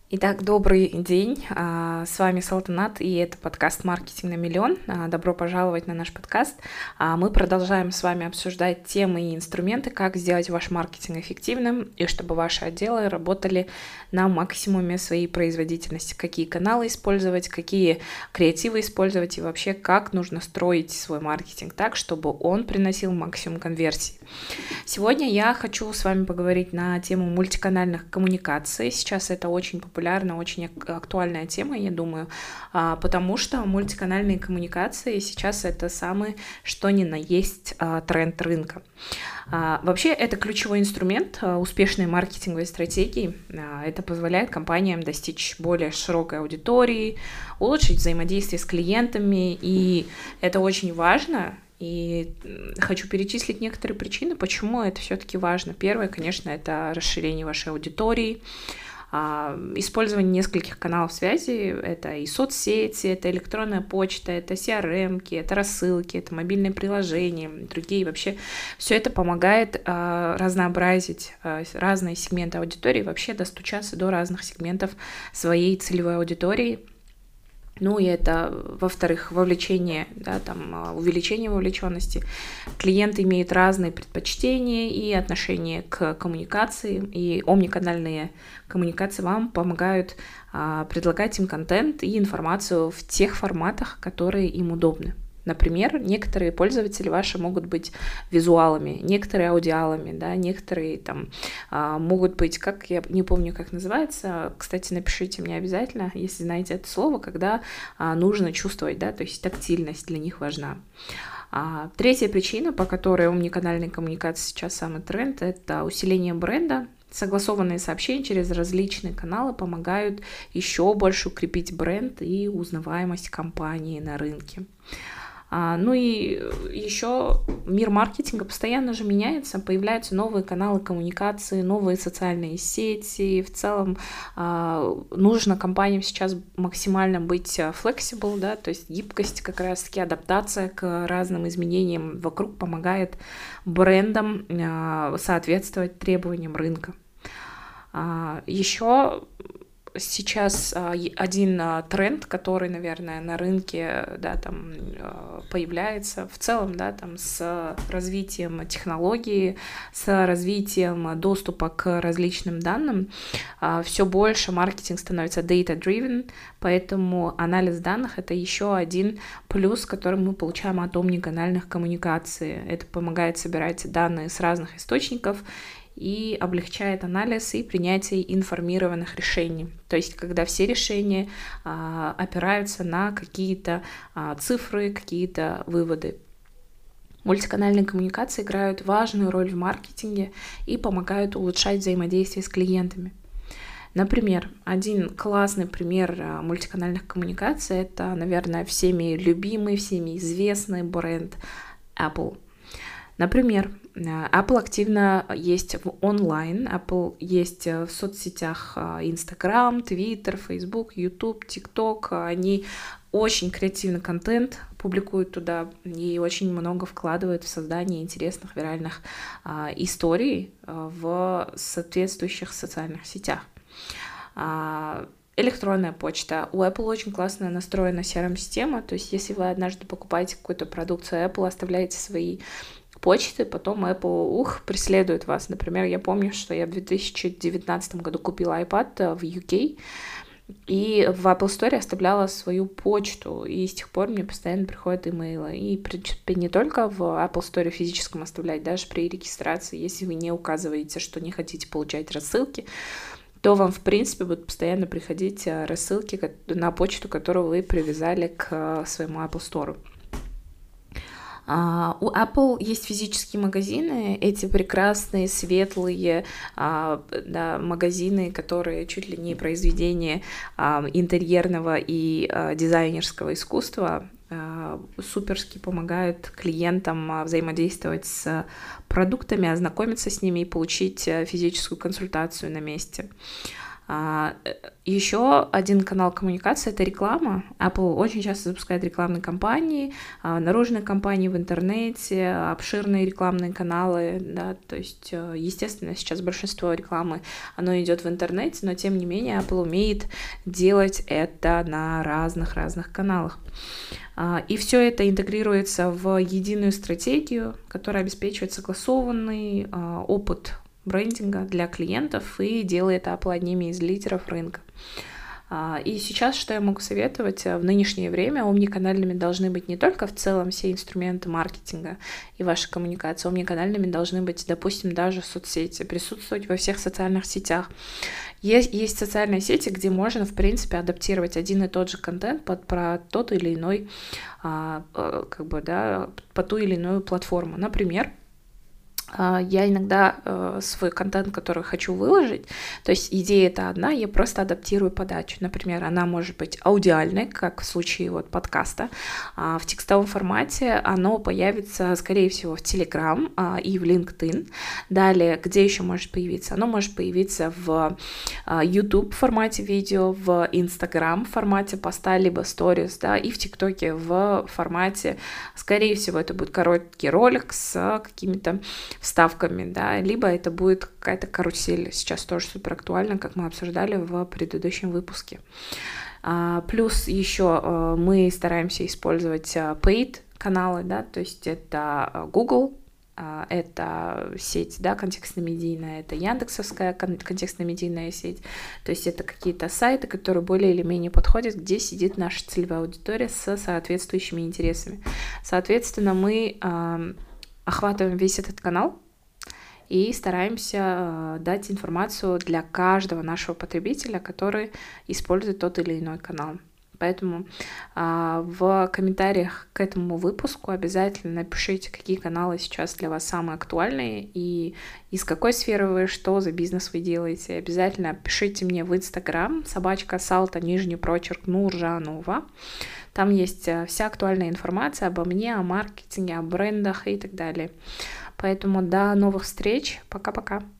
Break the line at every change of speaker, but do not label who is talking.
Итак, добрый день. С вами Салтанат, и это подкаст «Маркетинг на миллион». Добро пожаловать на наш подкаст. Мы продолжаем с вами обсуждать темы и инструменты, как сделать ваш маркетинг эффективным, и чтобы ваши отделы работали на максимуме своей производительности. Какие каналы использовать, какие креативы использовать, и вообще, как нужно строить свой маркетинг так, чтобы он приносил максимум конверсий. Сегодня я хочу с вами поговорить на тему мультиканальных коммуникаций. Сейчас это очень популярная, очень актуальная тема, я думаю, потому что мультиканальные коммуникации сейчас это самый что ни на есть тренд рынка. Вообще это ключевой инструмент успешной маркетинговой стратегии. Это позволяет компаниям достичь более широкой аудитории, улучшить взаимодействие с клиентами, и это очень важно. И хочу перечислить некоторые причины, почему это все-таки важно. Первое, конечно, это расширение вашей аудитории, использование нескольких каналов связи, это и соцсети, это электронная почта, это CRM-ки, это рассылки, это мобильные приложения, другие. Вообще все это помогает разнообразить разные сегменты аудитории, вообще достучаться до разных сегментов своей целевой аудитории. Ну и это, во-вторых, вовлечение, увеличение вовлеченности. Клиенты имеют разные предпочтения и отношения к коммуникации, и омниканальные коммуникации вам помогают предлагать им контент и информацию в тех форматах, которые им удобны. Например, некоторые пользователи ваши могут быть визуалами, некоторые аудиалами, некоторые могут быть, как я не помню, как называется. Кстати, напишите мне обязательно, если знаете это слово, когда нужно чувствовать, то есть тактильность для них важна. Третья причина, по которой омниканальные коммуникации сейчас самый тренд, это усиление бренда. Согласованные сообщения через различные каналы помогают еще больше укрепить бренд и узнаваемость компании на рынке. Ну и еще мир маркетинга постоянно же меняется, появляются новые каналы коммуникации, новые социальные сети. В целом нужно компаниям сейчас максимально быть flexible, то есть гибкость, как раз-таки адаптация к разным изменениям вокруг помогает брендам соответствовать требованиям рынка. Еще сейчас один тренд, который, наверное, на рынке появляется в целом, с развитием технологий, с развитием доступа к различным данным, все больше маркетинг становится data-driven, поэтому анализ данных — это еще один плюс, который мы получаем от омниканальных коммуникаций. Это помогает собирать данные с разных источников и облегчает анализ и принятие информированных решений. То есть, когда все решения опираются на какие-то цифры, какие-то выводы. Мультиканальные коммуникации играют важную роль в маркетинге и помогают улучшать взаимодействие с клиентами. Например, один классный пример мультиканальных коммуникаций — это, наверное, всеми любимый, всеми известный бренд Apple. Например, Apple активно есть в онлайн, Apple есть в соцсетях Instagram, Twitter, Facebook, YouTube, TikTok. Они очень креативный контент публикуют туда и очень много вкладывают в создание интересных виральных историй в соответствующих социальных сетях. Электронная почта. У Apple очень классно настроена CRM-система, то есть если вы однажды покупаете какую-то продукцию Apple, оставляете свои почты, потом Apple преследует вас. Например, я помню, что я в 2019 году купила iPad в UK, и в Apple Store оставляла свою почту, и с тех пор мне постоянно приходят имейлы. И, в принципе, не только в Apple Store физическом оставлять, даже при регистрации, если вы не указываете, что не хотите получать рассылки, то вам, в принципе, будут постоянно приходить рассылки на почту, которую вы привязали к своему Apple Store. У Apple есть физические магазины, эти прекрасные, светлые магазины, которые чуть ли не произведение интерьерного и дизайнерского искусства, суперски помогают клиентам взаимодействовать с продуктами, ознакомиться с ними и получить физическую консультацию на месте. Еще один канал коммуникации — это реклама. Apple очень часто запускает рекламные кампании, наружные кампании в интернете, обширные рекламные каналы, да, то есть, естественно, сейчас большинство рекламы, оно идет в интернете, но тем не менее Apple умеет делать это на разных каналах. И все это интегрируется в единую стратегию, которая обеспечивает согласованный опыт брендинга для клиентов и делает Apple одними из лидеров рынка. И сейчас, что я могу советовать? В нынешнее время омниканальными должны быть не только в целом все инструменты маркетинга и ваша коммуникация, омниканальными должны быть, допустим, даже соцсети, присутствовать во всех социальных сетях. Есть социальные сети, где можно, в принципе, адаптировать один и тот же контент про тот или иной, по ту или иную платформу. Например, я иногда свой контент, который хочу выложить, то есть идея это одна, я просто адаптирую подачу. Например, она может быть аудиальной, как в случае вот подкаста, в текстовом формате оно появится, скорее всего, в Telegram и в LinkedIn. Далее, где еще может появиться? Оно может появиться в YouTube формате видео, в Instagram формате поста, либо Stories, да, и в ТикТоке в формате, скорее всего, это будет короткий ролик с какими-то вставками, да, либо это будет какая-то карусель, сейчас тоже супер актуально, как мы обсуждали в предыдущем выпуске. Плюс еще мы стараемся использовать paid каналы, да, то есть это Google, это сеть, да, контекстно-медийная, это яндексовская контекстно-медийная сеть, то есть это какие-то сайты, которые более или менее подходят, где сидит наша целевая аудитория с соответствующими интересами. Соответственно, мы охватываем весь этот канал и стараемся дать информацию для каждого нашего потребителя, который использует тот или иной канал. Поэтому в комментариях к этому выпуску обязательно напишите, какие каналы сейчас для вас самые актуальные и из какой сферы вы, что за бизнес вы делаете. Обязательно пишите мне в Instagram _Salta_Нуржанова. Там есть вся актуальная информация обо мне, о маркетинге, о брендах и так далее. Поэтому до новых встреч. Пока-пока.